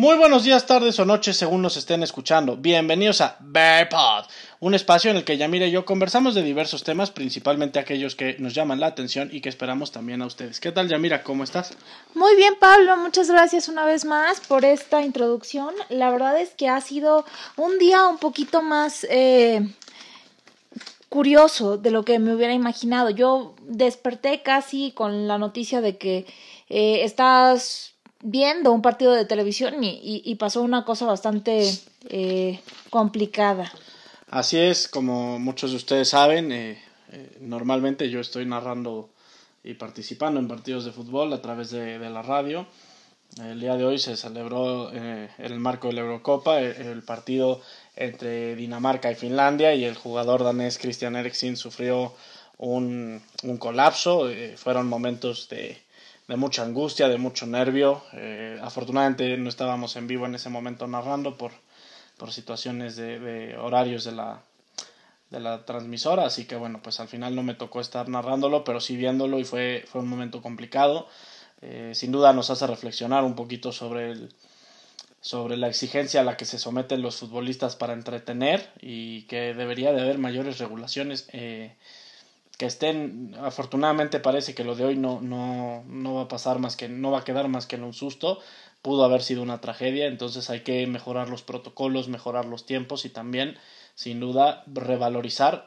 Muy buenos días, tardes o noches según nos estén escuchando. Bienvenidos a Bear Pod, un espacio en el que Yamira y yo conversamos de diversos temas, principalmente aquellos que nos llaman la atención y que esperamos también a ustedes. ¿Qué tal, Yamira? ¿Cómo estás? Muy bien, Pablo, muchas gracias una vez más por esta introducción. La verdad es que ha sido un día un poquito más curioso de lo que me hubiera imaginado. Yo desperté casi con la noticia de que estás viendo un partido de televisión y pasó una cosa bastante complicada. Así es, como muchos de ustedes saben, normalmente yo estoy narrando y participando en partidos de fútbol a través de la radio. El día de hoy se celebró en el marco de la Eurocopa el partido entre Dinamarca y Finlandia, y el jugador danés Christian Eriksen sufrió un colapso. Fueron momentos de mucha angustia, de mucho nervio. Afortunadamente no estábamos en vivo en ese momento narrando por situaciones de horarios de la transmisora, así que bueno, pues al final no me tocó estar narrándolo, pero sí viéndolo, y fue un momento complicado. Sin duda nos hace reflexionar un poquito sobre la exigencia a la que se someten los futbolistas para entretener, y que debería de haber mayores regulaciones que estén. Afortunadamente parece que lo de hoy no va a pasar más que, no va a quedar más que en un susto. Pudo haber sido una tragedia, entonces hay que mejorar los protocolos, mejorar los tiempos y también, sin duda, revalorizar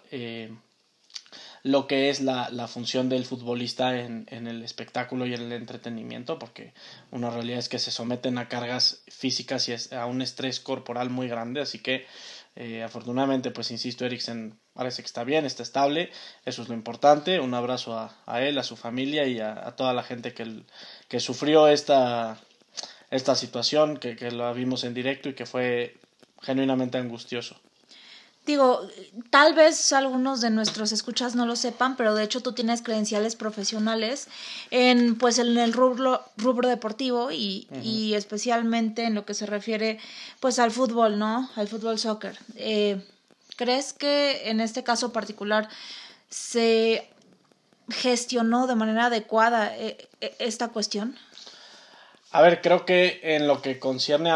lo que es la función del futbolista en el espectáculo y en el entretenimiento, porque una realidad es que se someten a cargas físicas y a un estrés corporal muy grande. Así que afortunadamente, pues insisto, Eriksen parece que está bien, está estable, eso es lo importante. Un abrazo a él, a su familia y a toda la gente que sufrió esta situación, que la vimos en directo y que fue genuinamente angustioso. Digo, tal vez algunos de nuestros escuchas no lo sepan, pero de hecho tú tienes credenciales profesionales en el rubro deportivo y especialmente en lo que se refiere pues al fútbol, ¿no? Al fútbol soccer. ¿Crees que en este caso particular se gestionó de manera adecuada esta cuestión? A ver, creo que en lo que concierne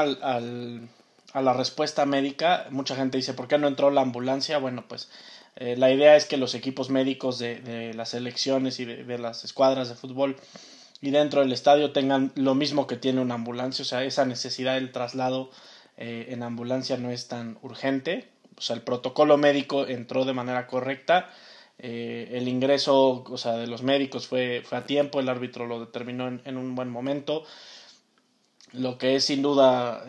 a la respuesta médica, mucha gente dice, ¿por qué no entró la ambulancia? Bueno, pues la idea es que los equipos médicos de las selecciones y de las escuadras de fútbol y dentro del estadio tengan lo mismo que tiene una ambulancia. O sea, esa necesidad del traslado en ambulancia no es tan urgente. O sea, el protocolo médico entró de manera correcta. El ingreso, o sea, de los médicos fue a tiempo. El árbitro lo determinó en un buen momento. Lo que es sin duda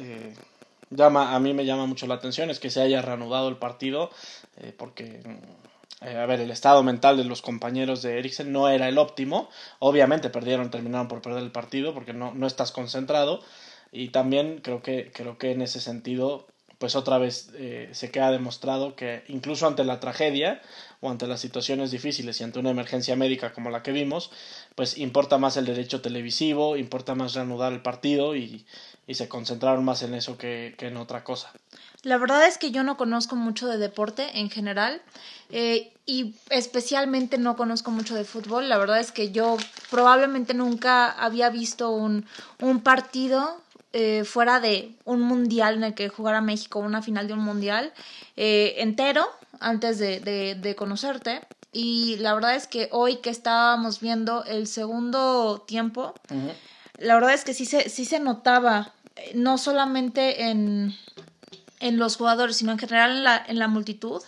a mí me llama mucho la atención es que se haya reanudado el partido, porque a ver, el estado mental de los compañeros de Eriksen no era el óptimo. Obviamente terminaron por perder el partido porque no estás concentrado, y también creo que en ese sentido pues otra vez se queda demostrado que incluso ante la tragedia o ante las situaciones difíciles y ante una emergencia médica como la que vimos, pues importa más el derecho televisivo, importa más reanudar el partido, y se concentraron más en eso que en otra cosa. La verdad es que yo no conozco mucho de deporte en general y especialmente no conozco mucho de fútbol. La verdad es que yo probablemente nunca había visto un partido fuera de un mundial en el que jugara México, una final de un mundial entero antes de conocerte. Y la verdad es que hoy que estábamos viendo el segundo tiempo, la verdad es que sí se notaba, no solamente en los jugadores, sino en general en la multitud,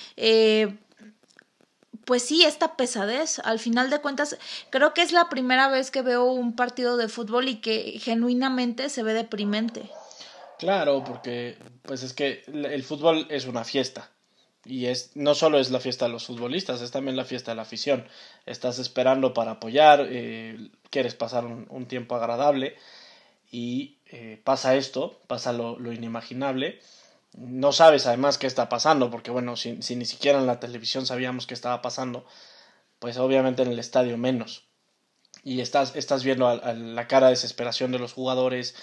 pues sí, esta pesadez. Al final de cuentas, creo que es la primera vez que veo un partido de fútbol y que genuinamente se ve deprimente. Claro, porque pues es que el fútbol es una fiesta, y no solo es la fiesta de los futbolistas, es también la fiesta de la afición. Estás esperando para apoyar, quieres pasar un tiempo agradable, y pasa esto, pasa lo inimaginable. No sabes además qué está pasando, porque bueno, si ni siquiera en la televisión sabíamos qué estaba pasando, pues obviamente en el estadio menos. Y estás viendo a la cara de desesperación de los jugadores.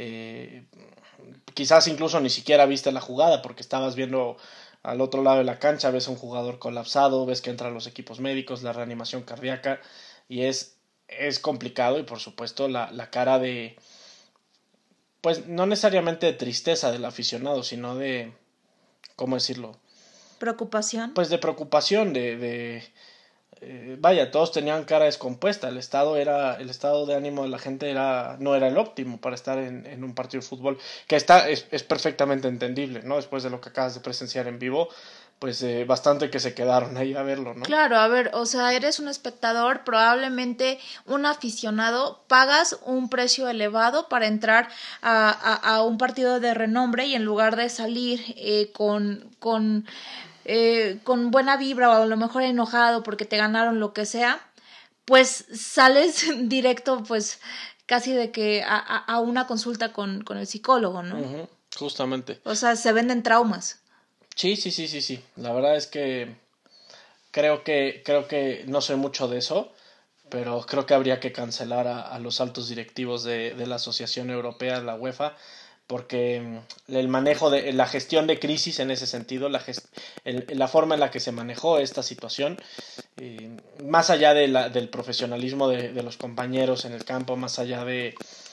Quizás incluso ni siquiera viste la jugada porque estabas viendo al otro lado de la cancha, ves a un jugador colapsado, ves que entran los equipos médicos, la reanimación cardíaca, y es complicado. Y por supuesto la cara pues no necesariamente de tristeza del aficionado, sino de, ¿cómo decirlo? ¿Preocupación? Pues de preocupación, vaya, todos tenían cara descompuesta, el estado de ánimo de la gente no era el óptimo para estar en un partido de fútbol, que es perfectamente entendible, ¿no? Después de lo que acabas de presenciar en vivo, pues bastante que se quedaron ahí a verlo, ¿no? Claro, a ver, o sea, eres un espectador, probablemente un aficionado, pagas un precio elevado para entrar a un partido de renombre y en lugar de salir con buena vibra o a lo mejor enojado porque te ganaron lo que sea, pues sales directo pues casi de que a una consulta con el psicólogo, ¿no? Uh-huh, justamente. O sea, se venden traumas. Sí. La verdad es que creo que no sé mucho de eso, pero creo que habría que cancelar a los altos directivos de la Asociación Europea, la UEFA, porque el manejo de la gestión de crisis en ese sentido, la forma en la que se manejó esta situación, más allá del profesionalismo de los compañeros en el campo, más allá de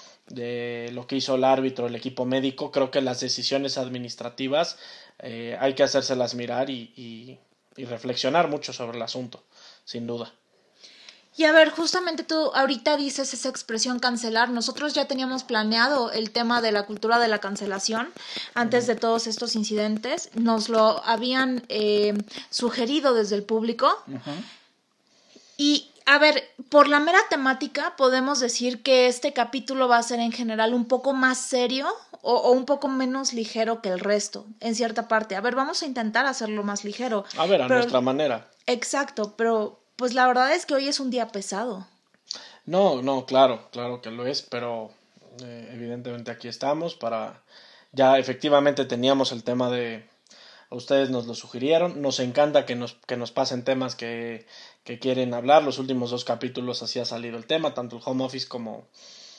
lo que hizo el árbitro, el equipo médico, creo que las decisiones administrativas hay que hacérselas mirar y reflexionar mucho sobre el asunto, sin duda. Y a ver, justamente tú ahorita dices esa expresión cancelar. Nosotros ya teníamos planeado el tema de la cultura de la cancelación antes de todos estos incidentes. Nos lo habían sugerido desde el público. Uh-huh. Y a ver, por la mera temática podemos decir que este capítulo va a ser en general un poco más serio o un poco menos ligero que el resto, en cierta parte. A ver, vamos a intentar hacerlo más ligero. A ver, a nuestra manera. Exacto, pero pues la verdad es que hoy es un día pesado. No, claro que lo es, pero evidentemente aquí estamos ya efectivamente teníamos el tema ustedes nos lo sugirieron, nos encanta que nos pasen temas que quieren hablar, los últimos 2 capítulos así ha salido el tema, tanto el home office como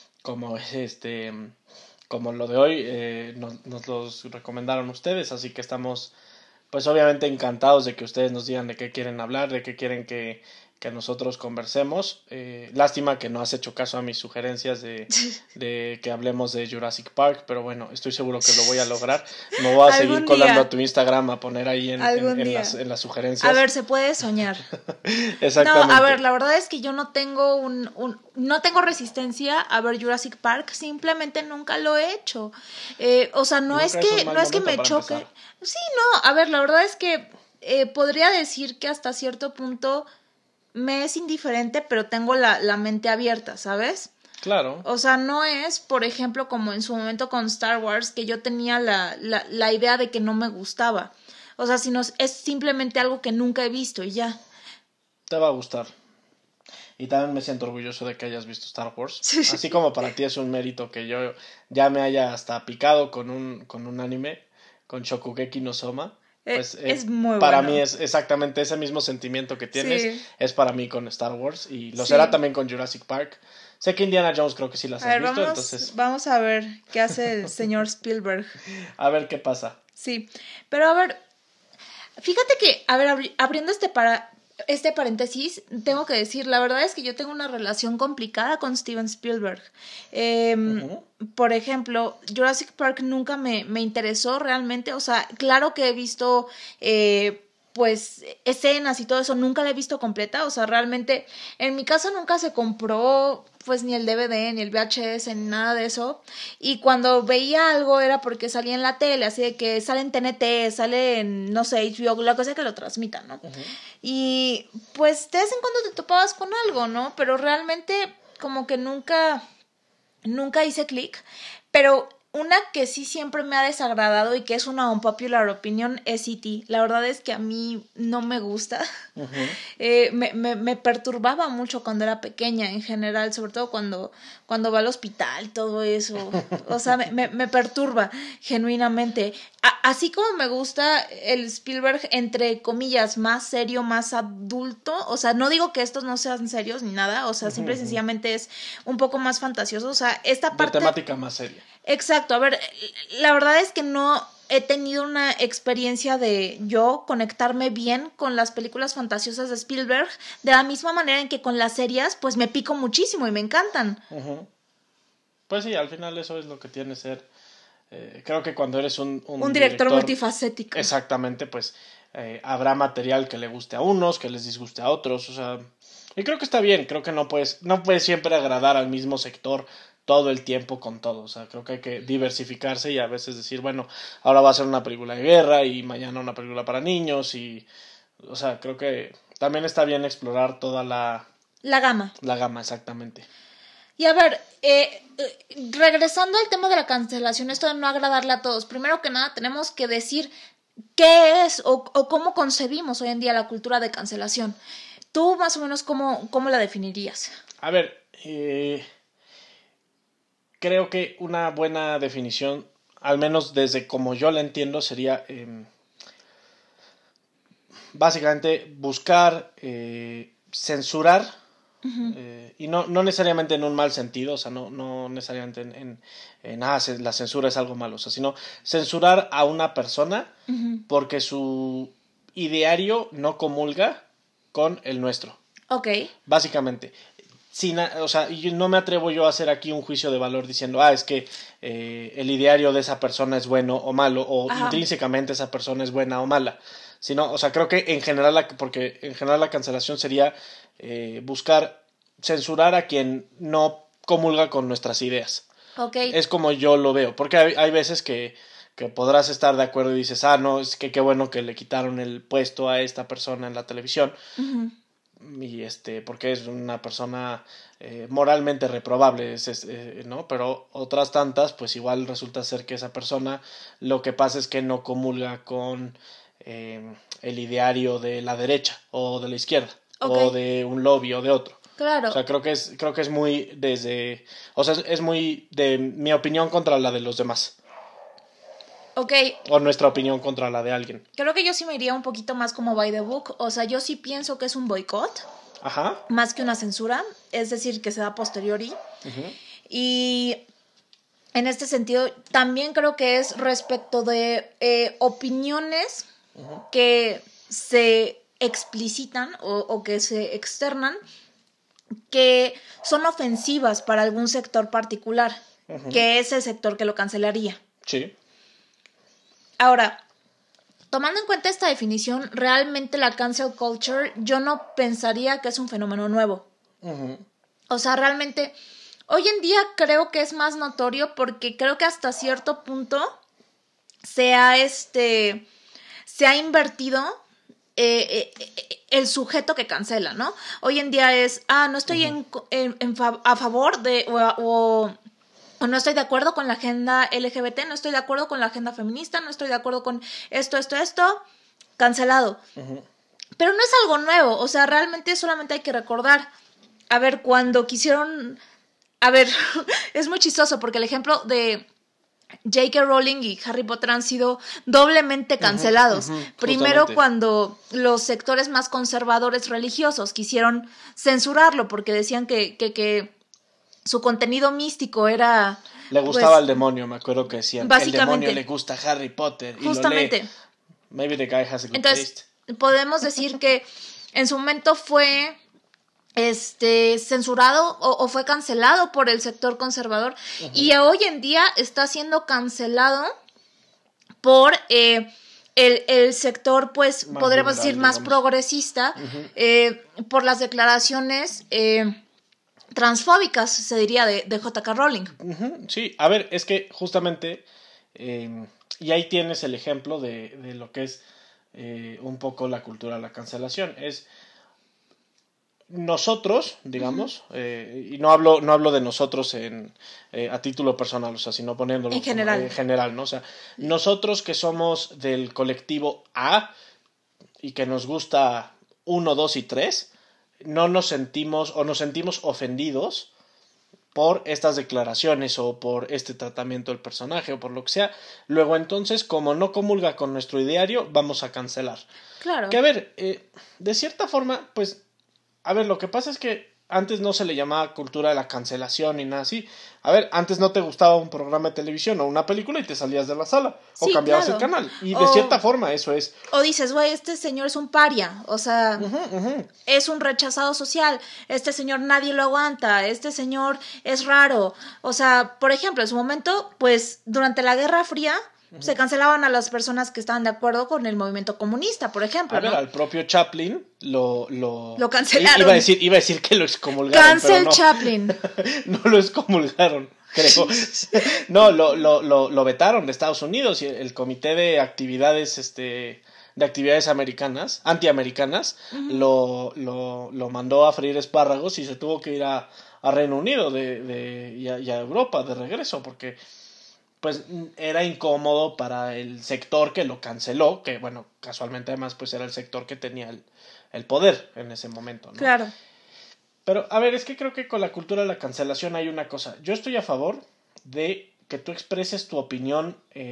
lo de hoy, nos los recomendaron ustedes, así que estamos pues obviamente encantados de que ustedes nos digan de qué quieren hablar, de qué quieren que nosotros conversemos. Lástima que no has hecho caso a mis sugerencias de que hablemos de Jurassic Park, pero bueno, estoy seguro que lo voy a lograr. Me voy a seguir colando a tu Instagram a poner ahí en las sugerencias. A ver, se puede soñar. Exactamente. No, a ver, la verdad es que yo no tengo no tengo resistencia a ver Jurassic Park, simplemente nunca lo he hecho. O sea, no es que me choque. Empezar. Sí, no, a ver, la verdad es que podría decir que hasta cierto punto me es indiferente, pero tengo la mente abierta, ¿sabes? Claro. O sea, no es, por ejemplo, como en su momento con Star Wars, que yo tenía la idea de que no me gustaba. O sea, sino es simplemente algo que nunca he visto y ya. Te va a gustar. Y también me siento orgulloso de que hayas visto Star Wars. Sí. Así como para ti es un mérito que yo ya me haya hasta picado con un anime, con Shokugeki no Soma. Pues es muy para bueno. mí es exactamente ese mismo sentimiento que tienes, sí. Es para mí con Star Wars y lo será también con Jurassic Park. Sé que Indiana Jones creo que sí las has visto, entonces vamos a ver qué hace el señor Spielberg. A ver qué pasa. Sí, pero a ver, fíjate que, a ver, abriendo este paréntesis, tengo que decir, la verdad es que yo tengo una relación complicada con Steven Spielberg. Uh-huh. Por ejemplo, Jurassic Park nunca me interesó realmente, o sea, claro que he visto pues escenas y todo eso, nunca la he visto completa, o sea, realmente en mi casa nunca se compró pues ni el DVD, ni el VHS, ni nada de eso, y cuando veía algo era porque salía en la tele, así de que sale en TNT, sale en, no sé, HBO, la cosa que lo transmitan, ¿no? Uh-huh. Y pues de vez en cuando te topabas con algo, ¿no? Pero realmente como que nunca hice clic, pero una que sí siempre me ha desagradado y que es una unpopular opinion es E.T. La verdad es que a mí no me gusta. Uh-huh. Me perturbaba mucho cuando era pequeña en general, sobre todo cuando va al hospital, todo eso. O sea, me perturba genuinamente. Así como me gusta el Spielberg, entre comillas, más serio, más adulto. O sea, no digo que estos no sean serios ni nada. O sea, simple y sencillamente es un poco más fantasioso. O sea, esta parte... De temática más seria. Exacto, a ver, la verdad es que no he tenido una experiencia de yo conectarme bien con las películas fantasiosas de Spielberg, de la misma manera en que con las series pues me pico muchísimo y me encantan. Uh-huh. Pues sí, al final eso es lo que tiene ser. Creo que cuando eres un director multifacético. Exactamente, pues habrá material que le guste a unos, que les disguste a otros, o sea, y creo que está bien, creo que no puedes siempre agradar al mismo sector todo el tiempo con todo, o sea, creo que hay que diversificarse y a veces decir, bueno, ahora va a ser una película de guerra y mañana una película para niños y, o sea, creo que también está bien explorar toda la gama. La gama, exactamente. Y a ver, regresando al tema de la cancelación, esto de no agradarle a todos, primero que nada tenemos que decir qué es o cómo concebimos hoy en día la cultura de cancelación. ¿Tú más o menos cómo la definirías? A ver, creo que una buena definición, al menos desde como yo la entiendo, sería básicamente buscar censurar. Y no necesariamente en un mal sentido, o sea, no necesariamente la censura es algo malo, o sea, sino censurar a una persona porque su ideario no comulga con el nuestro. Ok. Básicamente. O sea, y no me atrevo yo a hacer aquí un juicio de valor diciendo, es que el ideario de esa persona es bueno o malo, o intrínsecamente esa persona es buena o mala. Sino, o sea, creo que en general, porque en general la cancelación sería buscar censurar a quien no comulga con nuestras ideas. Okay. Es como yo lo veo, porque hay veces que podrás estar de acuerdo y dices, no, es que qué bueno que le quitaron el puesto a esta persona en la televisión. Y porque es una persona moralmente reprobable, ¿no? Pero otras tantas, pues igual resulta ser que esa persona lo que pasa es que no comulga con el ideario de la derecha o de la izquierda, o de un lobby o de otro. Claro. O sea, creo que es muy es muy de mi opinión contra la de los demás. Okay. O nuestra opinión contra la de alguien. Creo que yo sí me iría un poquito más como by the book. O sea, yo sí pienso que es un boicot. Ajá. Más que una censura. Es decir, que se da a posteriori. Y en este sentido, también creo que es respecto de opiniones que se explicitan o que se externan, que son ofensivas para algún sector particular, que es el sector que lo cancelaría. Sí. Ahora, tomando en cuenta esta definición, realmente la cancel culture yo no pensaría que es un fenómeno nuevo. O sea, realmente, hoy en día creo que es más notorio porque creo que hasta cierto punto se ha invertido el sujeto que cancela, ¿no? Hoy en día es, no estoy a favor de o no estoy de acuerdo con la agenda LGBT, no estoy de acuerdo con la agenda feminista, no estoy de acuerdo con esto, cancelado. Pero no es algo nuevo, o sea, realmente solamente hay que recordar, a ver, cuando quisieron, es muy chistoso porque el ejemplo de J.K. Rowling y Harry Potter han sido doblemente cancelados. Primero cuando los sectores más conservadores religiosos quisieron censurarlo porque decían que su contenido místico era... Le gustaba el demonio, me acuerdo que decían. Básicamente. El demonio le gusta a Harry Potter y justamente. Lo lee. Maybe the guy has a good Entonces, taste. Podemos decir que en su momento fue censurado o fue cancelado por el sector conservador y hoy en día está siendo cancelado por el sector, pues, podríamos decir, más progresista, por las declaraciones transfóbicas, se diría, de J.K. Rowling. Sí, a ver, es que justamente, y ahí tienes el ejemplo de lo que es un poco la cultura de la cancelación. Es nosotros, digamos, y no hablo de nosotros a título personal, o sea, sino poniéndolo en general. En general, ¿no? O sea, nosotros que somos del colectivo A y que nos gusta 1, 2 y 3, no nos sentimos ofendidos por estas declaraciones o por este tratamiento del personaje o por lo que sea. Luego entonces, como no comulga con nuestro ideario, vamos a cancelar. Claro. Que a ver, de cierta forma, pues, a ver, lo que pasa es que antes no se le llamaba cultura de la cancelación ni nada así. A ver, antes no te gustaba un programa de televisión o una película y te salías de la sala. Sí, o cambiabas el canal. Y de cierta forma eso es. O dices, güey, este señor es un paria. O sea, es un rechazado social. Este señor nadie lo aguanta. Este señor es raro. O sea, por ejemplo, en su momento, pues, durante la Guerra Fría, se cancelaban a las personas que estaban de acuerdo con el movimiento comunista, por ejemplo. A ver, al propio Chaplin lo cancelaron. Iba a decir que lo excomulgaron. Cancel no. Chaplin. No lo excomulgaron, creo. No, lo vetaron de Estados Unidos y el comité de actividades americanas, antiamericanas, lo mandó a freír espárragos y se tuvo que ir a Reino Unido y a Europa de regreso porque pues era incómodo para el sector que lo canceló, que bueno, casualmente además pues era el sector que tenía el poder en ese momento, ¿no? Claro. Pero, a ver, es que creo que con la cultura de la cancelación hay una cosa. Yo estoy a favor de que tú expreses tu opinión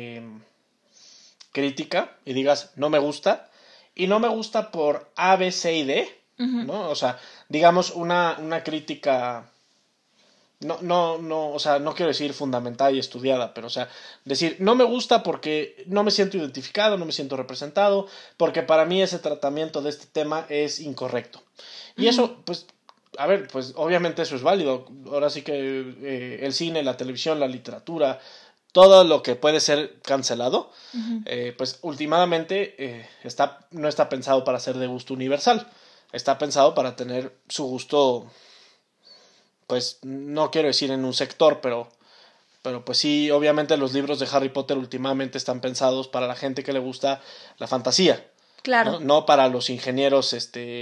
crítica y digas, no me gusta, y no me gusta por A, B, C y D, ¿no? O sea, digamos una crítica... No, o sea, no quiero decir fundamentada y estudiada, pero, o sea, decir, no me gusta porque no me siento identificado, no me siento representado, porque para mí ese tratamiento de este tema es incorrecto. Y eso, pues, a ver, pues, obviamente eso es válido. Ahora sí que el cine, la televisión, la literatura, todo lo que puede ser cancelado, pues, últimamente no está pensado para ser de gusto universal. Está pensado para tener su gusto... pues no quiero decir en un sector, pero pues sí, obviamente los libros de Harry Potter últimamente están pensados para la gente que le gusta la fantasía. Claro. No para los ingenieros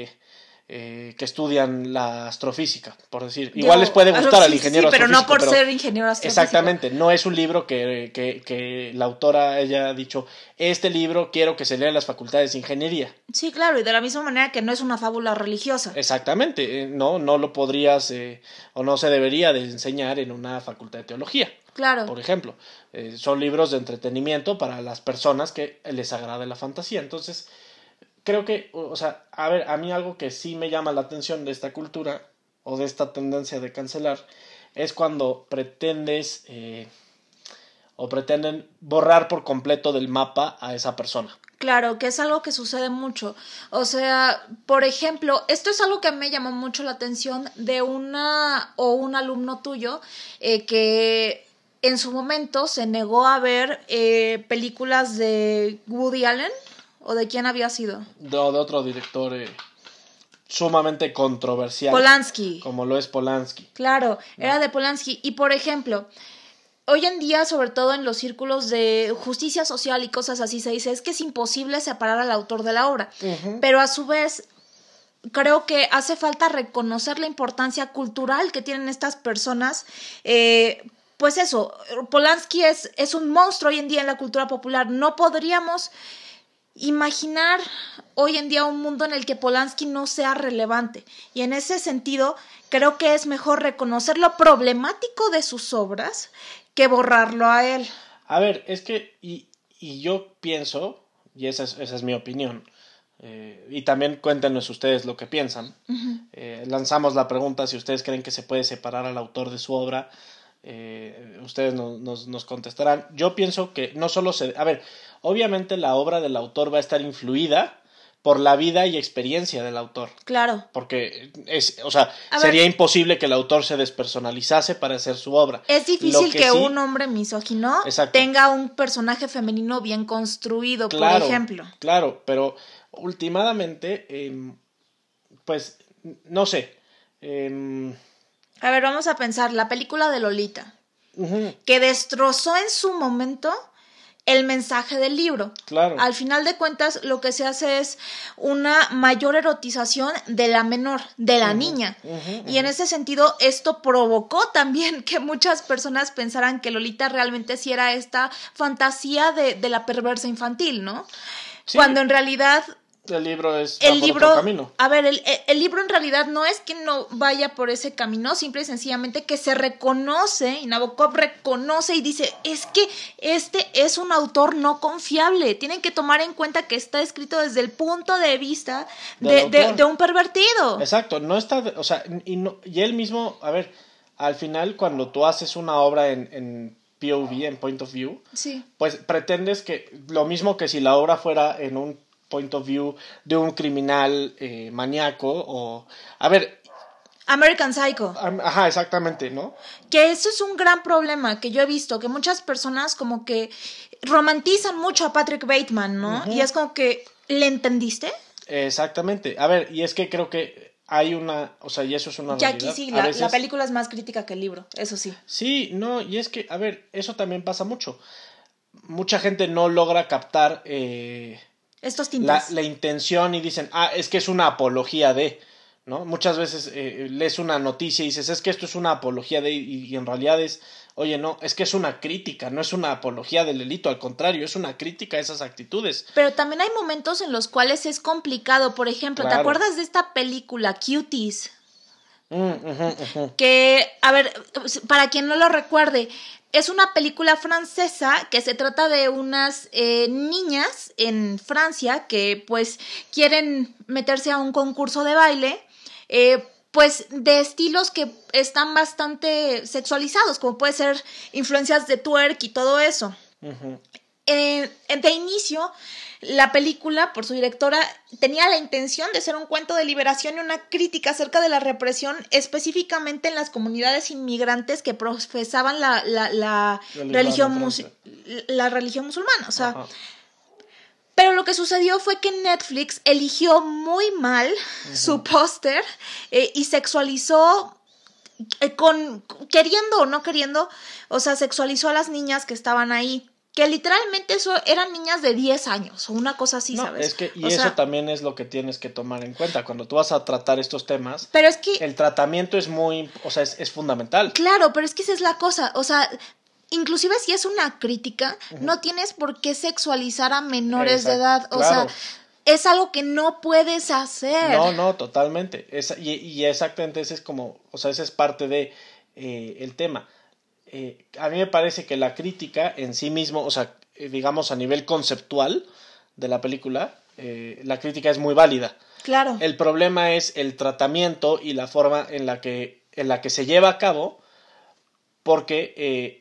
que estudian la astrofísica, por decir. Igual les puede gustar al ingeniero pero astrofísico. No por ser ingeniero astrofísico. Exactamente, no es un libro que la autora haya dicho, este libro quiero que se lea en las facultades de ingeniería. Sí, claro, y de la misma manera que no es una fábula religiosa. Exactamente, no lo podrías o no se debería de enseñar en una facultad de teología. Claro. Por ejemplo, son libros de entretenimiento para las personas que les agrade la fantasía. Entonces, creo que, o sea, a ver, a mí algo que sí me llama la atención de esta cultura o de esta tendencia de cancelar es cuando pretendes o pretenden borrar por completo del mapa a esa persona. Claro, que es algo que sucede mucho. O sea, por ejemplo, esto es algo que me llamó mucho la atención de un alumno tuyo que en su momento se negó a ver películas de Woody Allen. ¿O de quién había sido? De otro director sumamente controversial. Polanski. Como lo es Polanski. Claro, era de Polanski. Y por ejemplo, hoy en día, sobre todo en los círculos de justicia social y cosas así, se dice, es que es imposible separar al autor de la obra. Pero a su vez, creo que hace falta reconocer la importancia cultural que tienen estas personas. Pues eso, Polanski es un monstruo hoy en día en la cultura popular. No podríamos imaginar hoy en día un mundo en el que Polanski no sea relevante. Y en ese sentido, creo que es mejor reconocer lo problemático de sus obras que borrarlo a él. A ver, es que, y yo pienso, y esa es mi opinión, y también cuéntenos ustedes lo que piensan. Lanzamos la pregunta si ustedes creen que se puede separar al autor de su obra. Ustedes nos contestarán. Yo pienso que no solo a ver, obviamente la obra del autor va a estar influida por la vida y experiencia del autor. Claro. Porque sería imposible que el autor se despersonalizase para hacer su obra. Es difícil que un hombre misógino tenga un personaje femenino bien construido, claro, por ejemplo. Claro, pero últimamente, pues, no sé. A ver, vamos a pensar, la película de Lolita, que destrozó en su momento el mensaje del libro. Claro. Al final de cuentas, lo que se hace es una mayor erotización de la menor, de la niña. Y en ese sentido, esto provocó también que muchas personas pensaran que Lolita realmente sí era esta fantasía de la perversa infantil, ¿no? Sí. Cuando en realidad El libro es el por libro, otro camino. a ver, el libro en realidad no es que no vaya por ese camino, simple y sencillamente que se reconoce, y Nabokov reconoce y dice, es que este es un autor no confiable, tienen que tomar en cuenta que está escrito desde el punto de vista de un pervertido. Exacto, no está, o sea, y él mismo, a ver, al final cuando tú haces una obra en POV, en Point of View, sí, pues pretendes que, lo mismo que si la obra fuera en un point of view de un criminal maníaco o... A ver... American Psycho. Ajá, exactamente, ¿no? Que eso es un gran problema que yo he visto, que muchas personas como que romantizan mucho a Patrick Bateman, ¿no? Uh-huh. Y es como que, ¿le entendiste? Exactamente. A ver, y es que creo que hay una... O sea, y eso es una realidad. Y aquí sí, la película es más crítica que el libro, eso sí. Sí, no, y es que, a ver, eso también pasa mucho. Mucha gente no logra captar... estos tintes. La intención y dicen, es que es una apología de, ¿no? Muchas veces lees una noticia y dices, es que esto es una apología de, y en realidad es, oye, no, es que es una crítica, no es una apología del delito, al contrario, es una crítica a esas actitudes. Pero también hay momentos en los cuales es complicado, por ejemplo, claro. ¿Te acuerdas de esta película, Cuties? Que, a ver, para quien no lo recuerde, es una película francesa que se trata de unas niñas en Francia que pues quieren meterse a un concurso de baile, pues de estilos que están bastante sexualizados, como puede ser influencias de twerk y todo eso. De inicio, la película, por su directora, tenía la intención de ser un cuento de liberación y una crítica acerca de la represión, específicamente en las comunidades inmigrantes que profesaban la religión musulmana. O sea, ajá. Pero lo que sucedió fue que Netflix eligió muy mal su póster y sexualizó, queriendo o no queriendo, o sea, sexualizó a las niñas que estaban ahí. Que literalmente eso eran niñas de 10 años o una cosa así, no, ¿sabes? Es que, y eso también es lo que tienes que tomar en cuenta. Cuando tú vas a tratar estos temas, pero es que el tratamiento es muy, o sea, es fundamental. Claro, pero es que esa es la cosa, o sea, inclusive si es una crítica, no tienes por qué sexualizar a menores de edad, o sea, es algo que no puedes hacer. No, totalmente. Y exactamente ese es como, o sea, ese es parte de el tema. A mí me parece que la crítica en sí mismo, o sea, digamos a nivel conceptual de la película, la crítica es muy válida. Claro. El problema es el tratamiento y la forma en la que se lleva a cabo, porque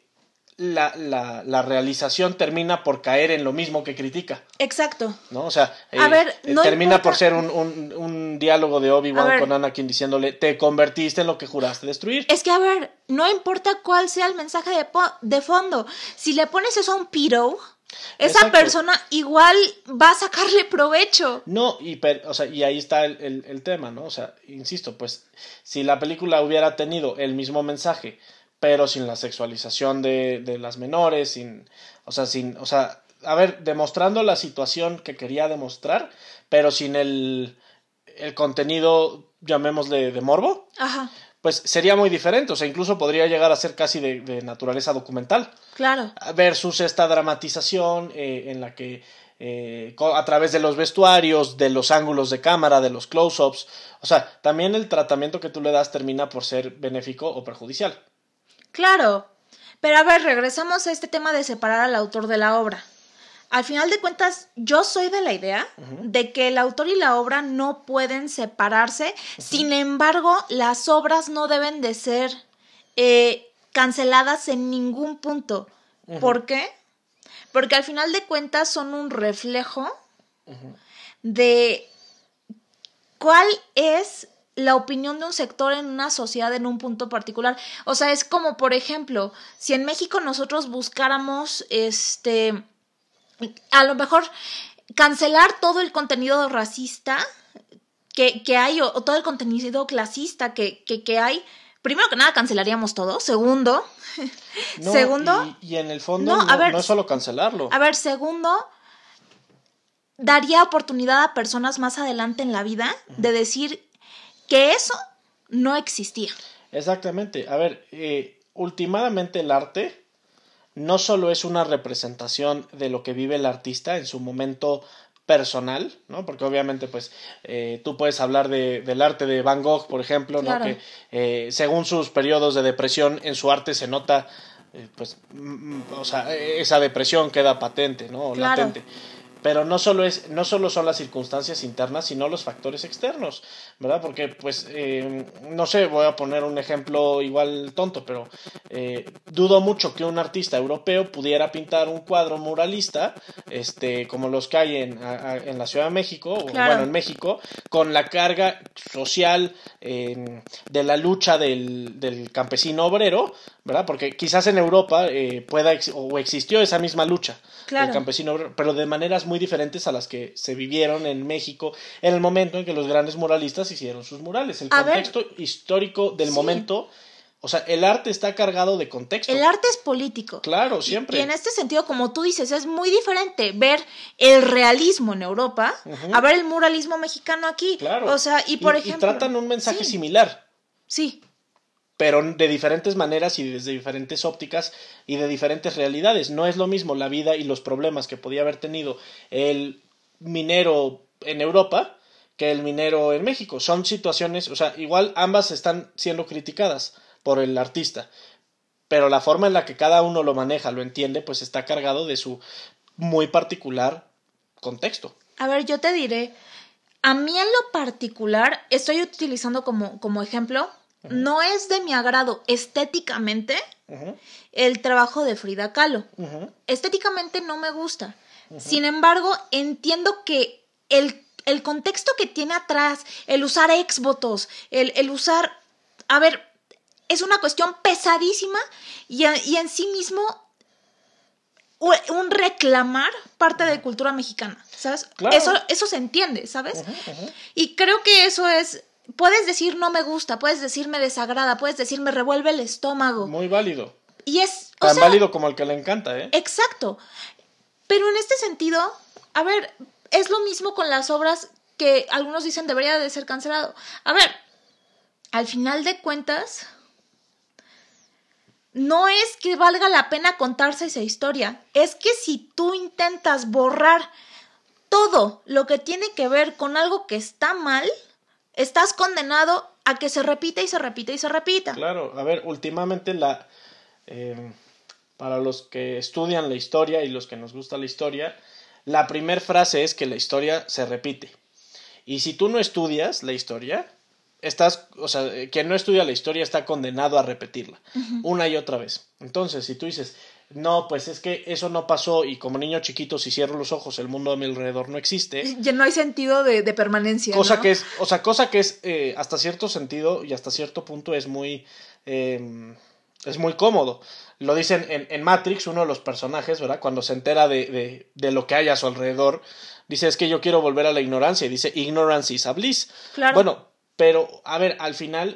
la realización termina por caer en lo mismo que critica. Exacto. ¿No? O sea, no termina importa. por ser un diálogo de Obi-Wan con Anakin diciéndole, te convertiste en lo que juraste destruir. Es que, a ver, no importa cuál sea el mensaje de fondo. Si le pones eso a un pedo, esa persona igual va a sacarle provecho. No, y ahí está el tema, ¿no? O sea, insisto, pues, si la película hubiera tenido el mismo mensaje, pero sin la sexualización de las menores, a ver, demostrando la situación que quería demostrar, pero sin el contenido, llamémosle, de morbo, ajá, pues sería muy diferente, o sea, incluso podría llegar a ser casi de naturaleza documental. Claro. Versus esta dramatización en la que a través de los vestuarios, de los ángulos de cámara, de los close-ups, o sea, también el tratamiento que tú le das termina por ser benéfico o perjudicial. Claro, pero a ver, regresamos a este tema de separar al autor de la obra. Al final de cuentas, yo soy de la idea de que el autor y la obra no pueden separarse. Sin embargo, las obras no deben de ser canceladas en ningún punto. ¿Por qué? Porque al final de cuentas son un reflejo de cuál es la opinión de un sector en una sociedad en un punto particular. O sea, es como, por ejemplo, si en México nosotros buscáramos a lo mejor cancelar todo el contenido racista que hay o todo el contenido clasista que hay. Primero que nada cancelaríamos todo. Segundo, y en el fondo no es solo cancelarlo. A ver, segundo, daría oportunidad a personas más adelante en la vida de decir que eso no existía. Exactamente. A ver, últimamente el arte no solo es una representación de lo que vive el artista en su momento personal, ¿no? Porque obviamente pues tú puedes hablar del arte de Van Gogh, por ejemplo, claro. ¿no? Que según sus periodos de depresión en su arte se nota pues o sea, esa depresión queda patente, ¿no? Claro. Latente. Pero no solo son las circunstancias internas, sino los factores externos, ¿verdad? Porque, pues, no sé, voy a poner un ejemplo igual tonto, pero dudo mucho que un artista europeo pudiera pintar un cuadro muralista, como los que hay en la Ciudad de México, claro. o bueno, en México, con la carga social de la lucha del campesino obrero, ¿verdad? Porque quizás en Europa o existió esa misma lucha claro. del campesino obrero, pero de maneras muy diferentes a las que se vivieron en México en el momento en que los grandes muralistas hicieron sus murales. El contexto histórico del momento, o sea, el arte está cargado de contexto. El arte es político. Claro, siempre. Y en este sentido, como tú dices, es muy diferente ver el realismo en Europa a ver el muralismo mexicano aquí. Claro. O sea, y por ejemplo... Y tratan un mensaje similar. Sí. Pero de diferentes maneras y desde diferentes ópticas y de diferentes realidades. No es lo mismo la vida y los problemas que podía haber tenido el minero en Europa que el minero en México. Son situaciones, o sea, igual ambas están siendo criticadas por el artista, pero la forma en la que cada uno lo maneja, lo entiende, pues está cargado de su muy particular contexto. A ver, yo te diré, a mí en lo particular, estoy utilizando como ejemplo, no es de mi agrado estéticamente el trabajo de Frida Kahlo. Estéticamente no me gusta. Sin embargo, entiendo que el contexto que tiene atrás, el usar exvotos, el usar... A ver, es una cuestión pesadísima y en sí mismo un reclamar parte de cultura mexicana, ¿sabes? Claro. Eso se entiende, ¿sabes? Y creo que eso es... Puedes decir no me gusta, puedes decir me desagrada, puedes decir me revuelve el estómago. Muy válido. Y es... Tan válido como el que le encanta, ¿eh? Exacto. Pero en este sentido, a ver, es lo mismo con las obras que algunos dicen debería de ser cancelado. A ver, al final de cuentas, no es que valga la pena contarse esa historia. Es que si tú intentas borrar todo lo que tiene que ver con algo que está mal, estás condenado a que se repita y se repita y se repita. Claro, a ver, últimamente para los que estudian la historia y los que nos gusta la historia, la primera frase es que la historia se repite. Y si tú no estudias la historia, quien no estudia la historia está condenado a repetirla una y otra vez. Entonces, si tú dices, no, pues es que eso no pasó y como niño chiquito si cierro los ojos el mundo a mi alrededor no existe. Ya no hay sentido de permanencia, cosa ¿no? que es hasta cierto sentido y hasta cierto punto es muy cómodo. Lo dicen en Matrix, uno de los personajes, ¿verdad? Cuando se entera de lo que hay a su alrededor, dice, es que yo quiero volver a la ignorancia, y dice, ignorance is a bliss. Claro. Bueno, pero, a ver, al final,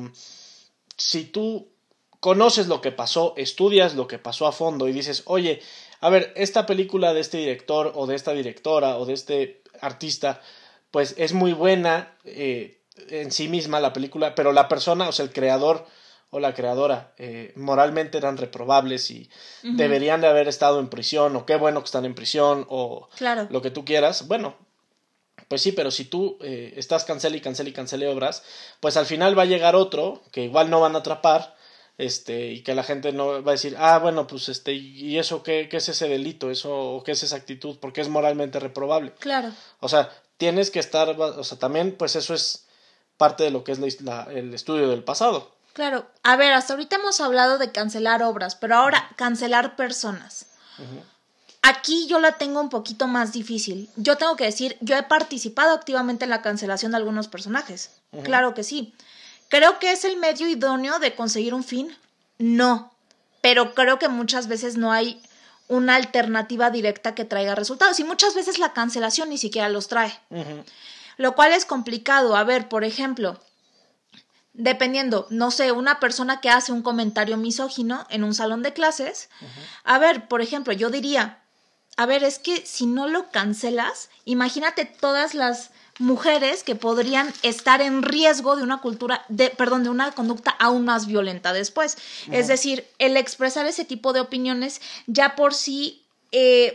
si tú conoces lo que pasó, estudias lo que pasó a fondo y dices, oye, a ver, esta película de este director o de esta directora o de este artista, pues es muy buena en sí misma la película, pero la persona, o sea, el creador o la creadora moralmente eran reprobables y deberían de haber estado en prisión, o qué bueno que están en prisión, o claro, lo que tú quieras. Bueno, pues sí, pero si tú estás cancele obras, pues al final va a llegar otro que igual no van a atrapar, y que la gente no va a decir, bueno, pues y eso qué es ese delito, eso o qué es esa actitud, porque es moralmente reprobable. Claro. O sea, tienes que estar, o sea, también pues eso es parte de lo que es el estudio del pasado. Claro. A ver, hasta ahorita hemos hablado de cancelar obras, pero ahora cancelar personas. Aquí yo la tengo un poquito más difícil. Yo tengo que decir, yo he participado activamente en la cancelación de algunos personajes. Claro que sí. ¿Creo que es el medio idóneo de conseguir un fin? No. Pero creo que muchas veces no hay una alternativa directa que traiga resultados. Y muchas veces la cancelación ni siquiera los trae. Lo cual es complicado. A ver, por ejemplo, dependiendo, no sé, una persona que hace un comentario misógino en un salón de clases. A ver, por ejemplo, yo diría, a ver, es que si no lo cancelas, imagínate todas las mujeres que podrían estar en riesgo de una de una conducta aún más violenta después. Es decir, el expresar ese tipo de opiniones ya por sí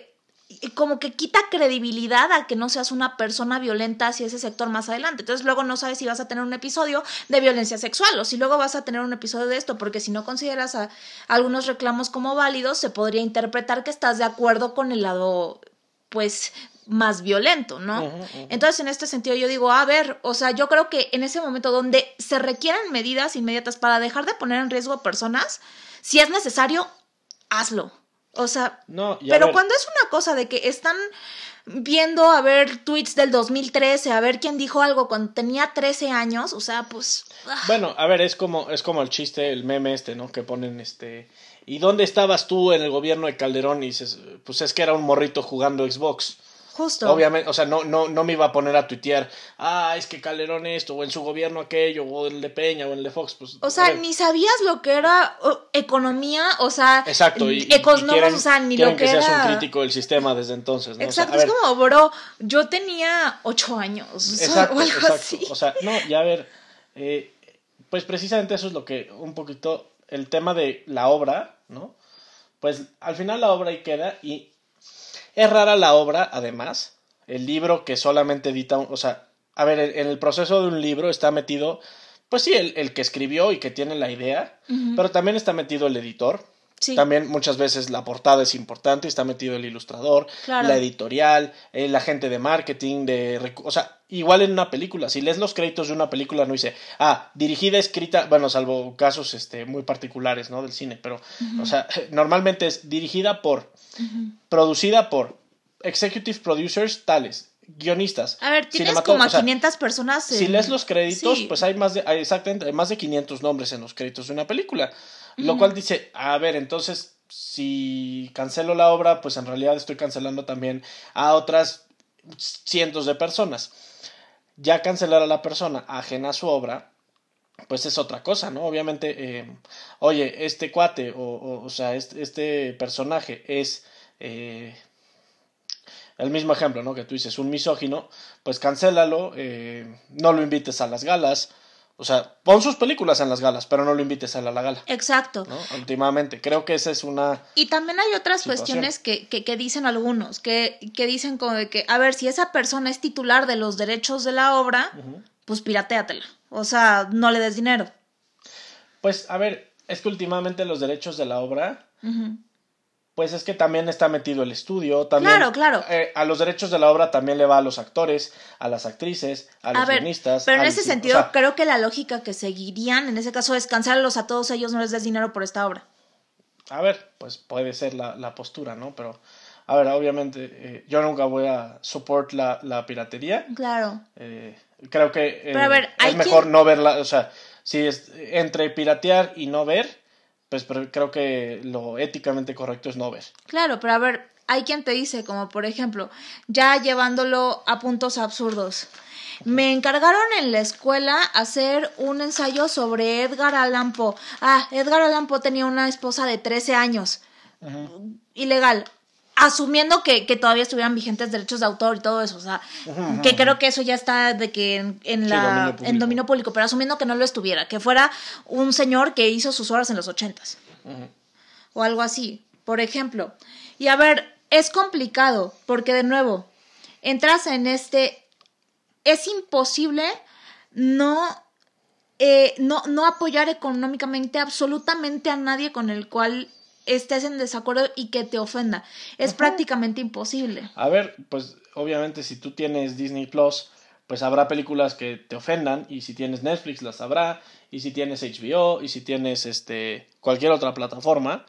como que quita credibilidad a que no seas una persona violenta hacia ese sector más adelante. Entonces luego no sabes si vas a tener un episodio de violencia sexual o si luego vas a tener un episodio de esto, porque si no consideras a algunos reclamos como válidos, se podría interpretar que estás de acuerdo con el lado, pues, más violento, ¿no? Entonces, en este sentido yo digo, a ver, o sea, yo creo que en ese momento donde se requieran medidas inmediatas para dejar de poner en riesgo a personas, si es necesario, hazlo. O sea, pero cuando es una cosa de que están viendo a ver tweets del 2013, a ver quién dijo algo cuando tenía 13 años, o sea, pues... Bueno, a ver, es como el chiste, el meme ¿no? Que ponen ¿y dónde estabas tú en el gobierno de Calderón? Y dices, pues es que era un morrito jugando Xbox. Justo. Obviamente, o sea, no me iba a poner a tuitear, es que Calderón esto, o en su gobierno aquello, o el de Peña, o el de Fox, pues... O sea, ni sabías lo que era economía, o sea... Exacto, y quieren, o sea, ni lo que seas era... un crítico del sistema desde entonces, ¿no? Exacto, o sea, es como, bro, yo tenía 8 años, exacto, o algo así. O sea, no, y a ver, pues precisamente eso es lo que, un poquito, el tema de la obra, ¿no? Pues al final la obra ahí queda, y es rara la obra, además, el libro que solamente edita, o sea, a ver, en el proceso de un libro está metido, pues sí, el que escribió y que tiene la idea, pero también está metido el editor. Sí. También muchas veces la portada es importante, está metido el ilustrador, la editorial, el agente de marketing, o sea, igual en una película, si lees los créditos de una película no dice, dirigida, escrita, bueno, salvo casos muy particulares, ¿no? Del cine, pero, o sea, normalmente es dirigida por, producida por, executive producers tales, guionistas. A ver, tienes como a 500 personas. Si lees los créditos, pues hay más de 500 nombres en los créditos de una película. Lo cual dice, a ver, entonces, si cancelo la obra, pues en realidad estoy cancelando también a otras cientos de personas. Ya cancelar a la persona ajena a su obra, pues es otra cosa, ¿no? Obviamente, oye, este cuate, o sea, este personaje es... el mismo ejemplo, ¿no? Que tú dices, un misógino, pues cancélalo, no lo invites a las galas. O sea, pon sus películas en las galas, pero no lo invites a la gala. Exacto. ¿No? Últimamente, creo que esa es una... Y también hay otras cuestiones que dicen algunos, que dicen como de que, a ver, si esa persona es titular de los derechos de la obra, pues piratéatela. O sea, no le des dinero. Pues, a ver, es que últimamente los derechos de la obra... Pues es que también está metido el estudio, también claro. A los derechos de la obra también le va a los actores, a las actrices, a los guionistas. Pero en ese sentido, creo que la lógica que seguirían en ese caso es cancelarlos a todos ellos, no les des dinero por esta obra. A ver, pues puede ser la postura, ¿no? Pero, a ver, obviamente, yo nunca voy a support la piratería. Claro. Creo que es mejor no verla, o sea, si es entre piratear y no ver, pues creo que lo éticamente correcto es no ver. Claro, pero a ver, hay quien te dice, como por ejemplo, ya llevándolo a puntos absurdos. Me encargaron en la escuela hacer un ensayo sobre Edgar Allan Poe. Edgar Allan Poe tenía una esposa de 13 años. Ilegal. Asumiendo que todavía estuvieran vigentes derechos de autor y todo eso, o sea, que creo que eso ya está de que en dominio público, pero asumiendo que no lo estuviera, que fuera un señor que hizo sus obras en los 80s o algo así, por ejemplo. Y a ver, es complicado porque de nuevo entras en es imposible no apoyar económicamente absolutamente a nadie con el cual estés en desacuerdo y que te ofenda. Es prácticamente imposible. A ver, pues obviamente si tú tienes Disney Plus, pues habrá películas que te ofendan, y si tienes Netflix las habrá, y si tienes HBO, y si tienes cualquier otra plataforma,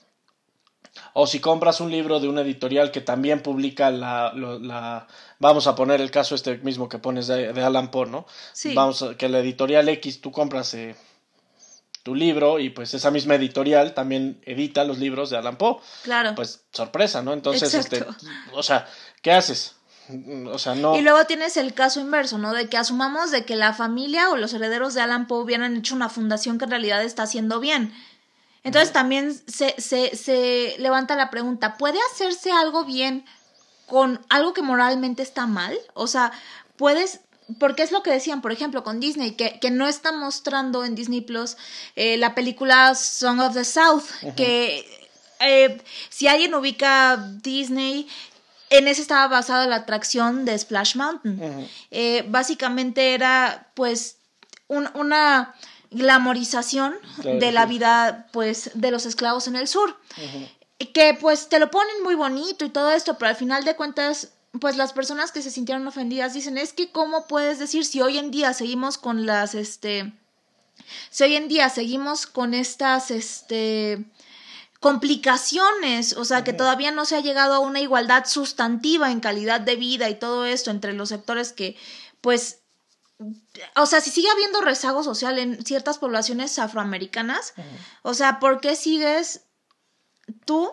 o si compras un libro de una editorial que también publica vamos a poner el caso mismo que pones de Allan Poe, ¿no? Sí. Que la editorial X, tú compras tu libro y pues esa misma editorial también edita los libros de Allan Poe. Claro. Pues sorpresa, ¿no? Entonces, exacto. O sea, ¿qué haces? O sea, no. Y luego tienes el caso inverso, ¿no? De que asumamos de que la familia o los herederos de Allan Poe hubieran hecho una fundación que en realidad está haciendo bien. Entonces también se levanta la pregunta, ¿puede hacerse algo bien con algo que moralmente está mal? O sea, porque es lo que decían, por ejemplo, con Disney, que no está mostrando en Disney Plus la película Song of the South, que si alguien ubica Disney, en ese estaba basada la atracción de Splash Mountain. Básicamente era pues una glamorización de la vida pues de los esclavos en el sur. Que pues te lo ponen muy bonito y todo esto, pero al final de cuentas pues las personas que se sintieron ofendidas dicen, es que cómo puedes decir si hoy en día seguimos con las si hoy en día seguimos con estas complicaciones, o sea, que todavía no se ha llegado a una igualdad sustantiva en calidad de vida y todo esto entre los sectores que, pues, o sea, si sigue habiendo rezago social en ciertas poblaciones afroamericanas, o sea, ¿por qué sigues tú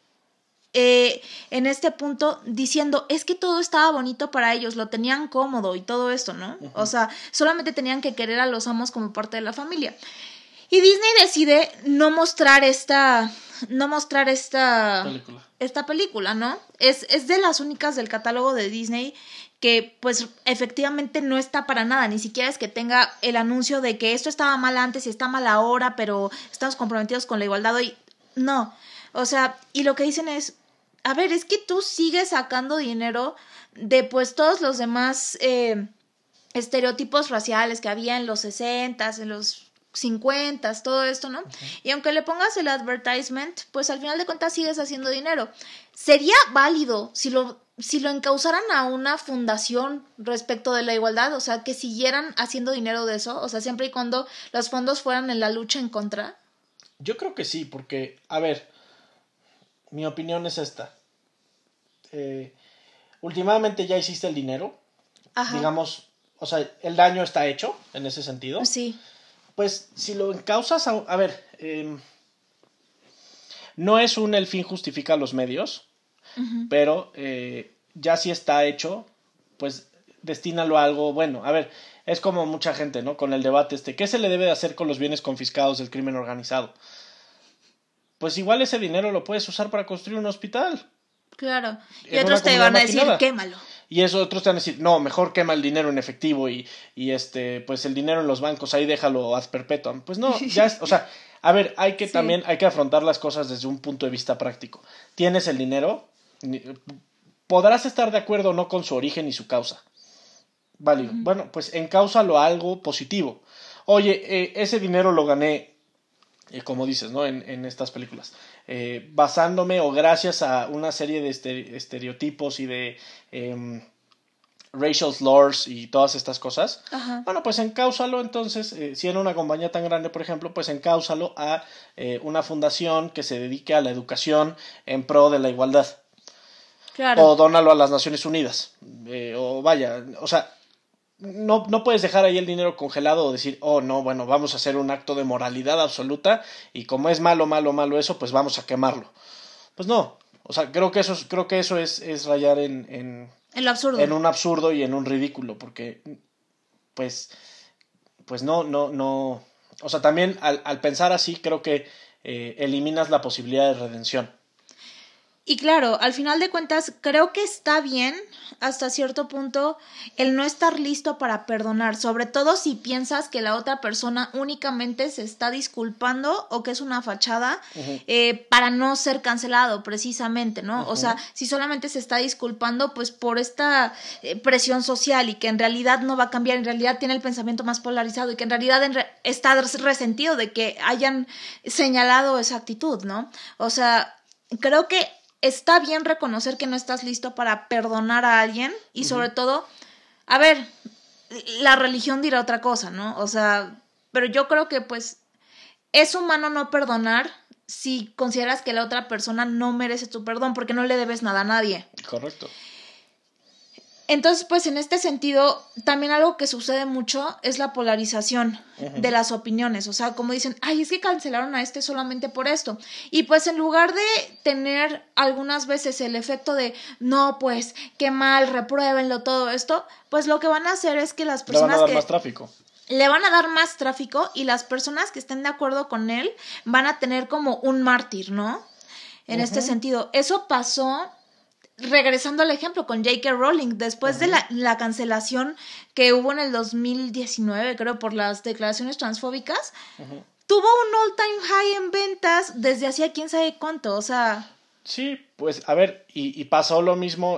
en este punto diciendo, es que todo estaba bonito para ellos, lo tenían cómodo y todo esto, ¿no? O sea, solamente tenían que querer a los amos como parte de la familia. Y Disney decide no mostrar esta película, ¿no? Es de las únicas del catálogo de Disney que pues efectivamente no está para nada, ni siquiera es que tenga el anuncio de que esto estaba mal antes y está mal ahora, pero estamos comprometidos con la igualdad hoy. No, o sea, y lo que dicen es, a ver, es que tú sigues sacando dinero de pues todos los demás estereotipos raciales que había en los 60s, en los 50s, todo esto, ¿no? Y aunque le pongas el advertisement, pues al final de cuentas sigues haciendo dinero. Sería válido si lo encausaran a una fundación respecto de la igualdad, o sea, que siguieran haciendo dinero de eso, o sea, siempre y cuando los fondos fueran en la lucha en contra. Yo creo que sí, porque, a ver, mi opinión es esta. Últimamente ya hiciste el dinero. Ajá. Digamos, o sea, el daño está hecho en ese sentido. Sí. Pues si lo encausas a ver, no es el fin justifica los medios, pero ya si está hecho, pues destínalo a algo bueno. A ver, es como mucha gente, ¿no? Con el debate ¿qué se le debe de hacer con los bienes confiscados del crimen organizado? Pues igual ese dinero lo puedes usar para construir un hospital. Claro. Y otros te van a decir, quémalo. Y eso otros te van a decir, no, mejor quema el dinero en efectivo y pues el dinero en los bancos, ahí déjalo ad perpetuum. Pues no, ya es, o sea, a ver, también hay que afrontar las cosas desde un punto de vista práctico. Tienes el dinero, podrás estar de acuerdo o no con su origen y su causa. Válido. Bueno, pues encáusalo a algo positivo. Oye, ese dinero lo gané, como dices, ¿no? En estas películas. Basándome o gracias a una serie de estereotipos y de racial slurs y todas estas cosas. Ajá. Bueno, pues encáusalo entonces, si era una compañía tan grande, por ejemplo, pues encáusalo a una fundación que se dedique a la educación en pro de la igualdad. Claro. O dónalo a las Naciones Unidas. O vaya, o sea, no puedes dejar ahí el dinero congelado o decir, oh no, bueno, vamos a hacer un acto de moralidad absoluta y como es malo eso, pues vamos a quemarlo. Pues no, o sea, creo que eso es rayar en lo absurdo. En un absurdo y en un ridículo, porque pues no, o sea, también al pensar así creo que eliminas la posibilidad de redención. Y claro, al final de cuentas, creo que está bien hasta cierto punto el no estar listo para perdonar, sobre todo si piensas que la otra persona únicamente se está disculpando o que es una fachada para no ser cancelado precisamente, ¿no? O sea, si solamente se está disculpando pues por esta presión social y que en realidad no va a cambiar, en realidad tiene el pensamiento más polarizado y que en realidad está resentido de que hayan señalado esa actitud, ¿no? O sea, creo que está bien reconocer que no estás listo para perdonar a alguien y sobre todo, a ver, la religión dirá otra cosa, ¿no? O sea, pero yo creo que pues es humano no perdonar si consideras que la otra persona no merece tu perdón porque no le debes nada a nadie. Correcto. Entonces, pues en este sentido, también algo que sucede mucho es la polarización de las opiniones. O sea, como dicen, ay, es que cancelaron a este solamente por esto. Y pues en lugar de tener algunas veces el efecto de, no, pues, qué mal, repruébenlo, todo esto, pues lo que van a hacer es que las personas le van a dar más tráfico. Le van a dar más tráfico y las personas que estén de acuerdo con él van a tener como un mártir, ¿no? En este sentido. Eso pasó... Regresando al ejemplo con J.K. Rowling, después de la cancelación que hubo en el 2019, creo, por las declaraciones transfóbicas, tuvo un all-time high en ventas desde hacía quién sabe cuánto, o sea... Sí, pues a ver, y pasó lo mismo,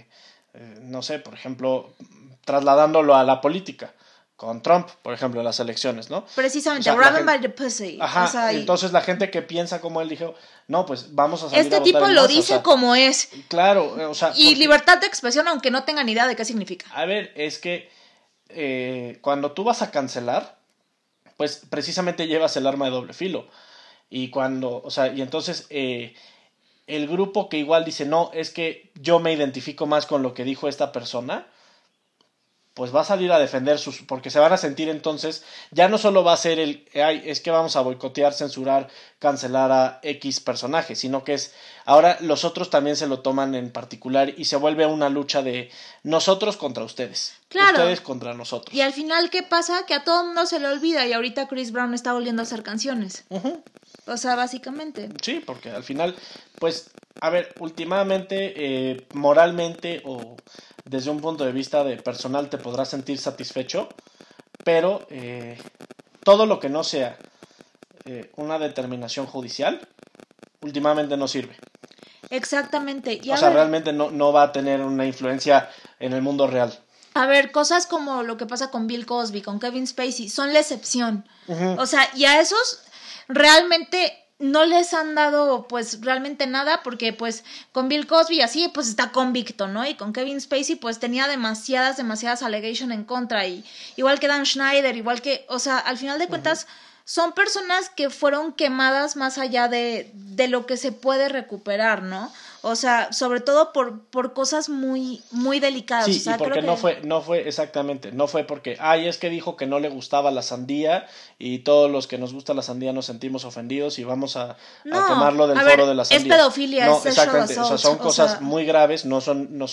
no sé, por ejemplo, trasladándolo a la política, con Trump, por ejemplo, en las elecciones, ¿no? O Precisamente, sea, grab him by the pussy. ajá, O sea, entonces la gente que piensa como él dijo, no, pues vamos a salir a este votar tipo en lo masa, dice o sea, como es. claro, o sea, Y porque, libertad de expresión, aunque no tengan idea de qué significa. a ver, es que cuando tú vas a cancelar, pues precisamente llevas el arma de doble filo. Y cuando, o sea, y entonces el grupo que igual dice, no, es que yo me identifico más con lo que dijo esta persona, pues va a salir a defender sus, porque se van a sentir entonces, ya no solo va a ser ay, es que vamos a boicotear, censurar, cancelar a X personaje, sino que es, ahora los otros también se lo toman en particular y se vuelve una lucha de nosotros contra ustedes, Claro. ustedes contra nosotros. Y al final, ¿qué pasa? Que a todo el mundo se le olvida y ahorita Chris Brown está volviendo a hacer canciones. Uh-huh. O sea, básicamente. Sí, porque al final, pues, a ver, últimamente, moralmente o desde un punto de vista de personal te podrás sentir satisfecho, pero todo lo que no sea una determinación judicial, últimamente no sirve. Exactamente. Y o sea, realmente no va a tener una influencia en el mundo real. A ver, cosas como lo que pasa con Bill Cosby, con Kevin Spacey, son la excepción. Uh-huh. O sea, y a esos realmente no les han dado pues realmente nada porque pues con Bill Cosby así pues está convicto, ¿no? Y con Kevin Spacey pues tenía demasiadas allegations en contra y igual que Dan Schneider, igual que, o sea, al final de cuentas son personas que fueron quemadas más allá de lo que se puede recuperar, ¿no? O sea, sobre todo por cosas muy delicadas. Sí, o sea, y porque creo que... no fue exactamente, no fue porque, ay, es que dijo que no le gustaba la sandía y todos los que nos gusta la sandía nos sentimos ofendidos y vamos a quemarlo del foro de la sandía. Es pedofilia, no, es sexual exactamente, assault, o sea, son cosas sea... muy graves, no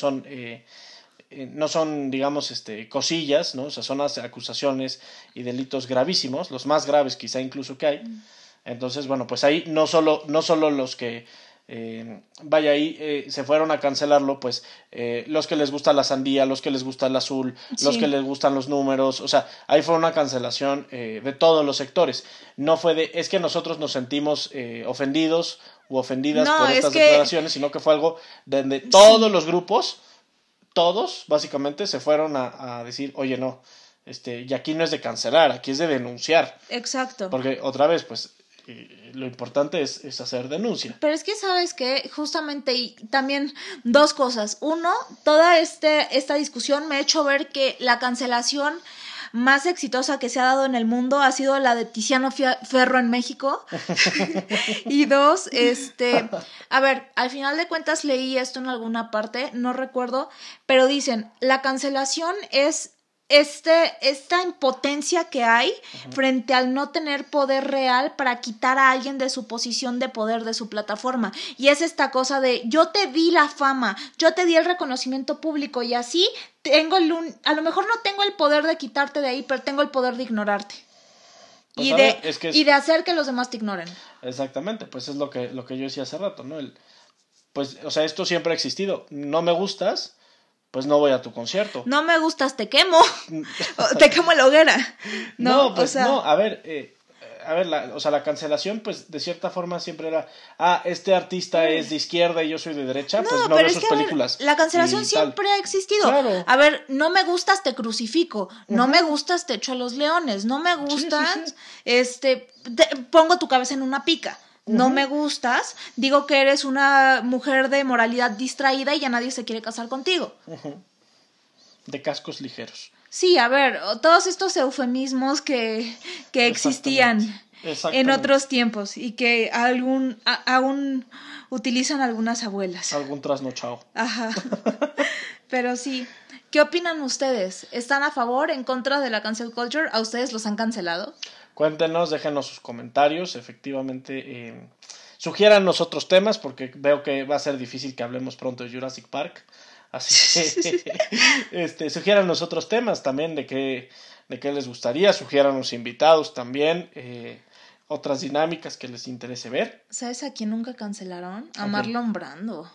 son, digamos, cosillas, ¿no? O sea, son acusaciones y delitos gravísimos, los más graves quizá incluso que hay. Entonces, bueno, pues ahí no solo los que se fueron a cancelarlo, pues los que les gusta la sandía, los que les gusta el azul, Sí. los que les gustan los números, o sea, ahí fue una cancelación de todos los sectores. No fue es que nosotros nos sentimos ofendidos u ofendidas por estas declaraciones, sino que fue algo donde todos los grupos, todos básicamente se fueron a decir, oye, no, y aquí no es de cancelar, aquí es de denunciar. Exacto. Porque otra vez, pues lo importante es hacer denuncia. Pero es que sabes que justamente y también dos cosas. Uno, toda esta discusión me ha hecho ver que la cancelación más exitosa que se ha dado en el mundo ha sido la de Tiziano Ferro en México. Y dos, a ver, al final de cuentas leí esto en alguna parte, no recuerdo, pero dicen, la cancelación es esta impotencia que hay frente al no tener poder real para quitar a alguien de su posición de poder, de su plataforma. Y es esta cosa de yo te di la fama, yo te di el reconocimiento público y así a lo mejor no tengo el poder de quitarte de ahí, pero tengo el poder de ignorarte. Pues y de hacer que los demás te ignoren. Exactamente, pues es lo que yo decía hace rato, ¿no? Pues, o sea, esto siempre ha existido. No me gustas, pues no voy a tu concierto. No me gustas, te quemo. Te quemo en la hoguera. No, pues no, a ver, la cancelación, pues de cierta forma siempre era, este artista es de izquierda y yo soy de derecha, pues no veo sus películas. La cancelación siempre ha existido. Claro. A ver, no me gustas, te crucifico. No me gustas, te echo a los leones. No me gustas, pongo tu cabeza en una pica. No me gustas, digo que eres una mujer de moralidad distraída y ya nadie se quiere casar contigo. De cascos ligeros. Sí, a ver, todos estos eufemismos que existían en otros tiempos y que aún utilizan algunas abuelas. Algún trasnochado. Ajá. Pero sí, ¿qué opinan ustedes? ¿Están a favor, en contra de la cancel culture? ¿A ustedes los han cancelado? Cuéntenos, déjenos sus comentarios, efectivamente, sugiéranos otros temas porque veo que va a ser difícil que hablemos pronto de Jurassic Park, así que sugiéranos otros temas también de qué les gustaría, sugiéranos invitados también, otras dinámicas que les interese ver. ¿Sabes a quién nunca cancelaron? A Marlon Brando.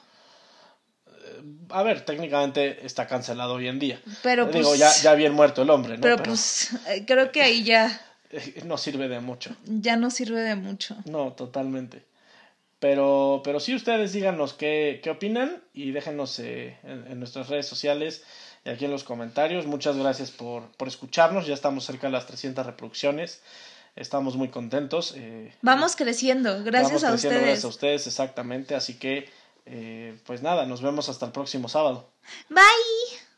A ver, técnicamente está cancelado hoy en día. Pero digo, ya bien muerto el hombre, ¿no? Pero pues creo que ahí ya... no sirve de mucho. Ya no sirve de mucho. No, totalmente. Pero sí, ustedes díganos qué opinan y déjenos en nuestras redes sociales y aquí en los comentarios. Muchas gracias por escucharnos. Ya estamos cerca de las 300 reproducciones. Estamos muy contentos. Vamos creciendo, gracias a ustedes. Gracias a ustedes, exactamente. Así que, pues nada, nos vemos hasta el próximo sábado. Bye.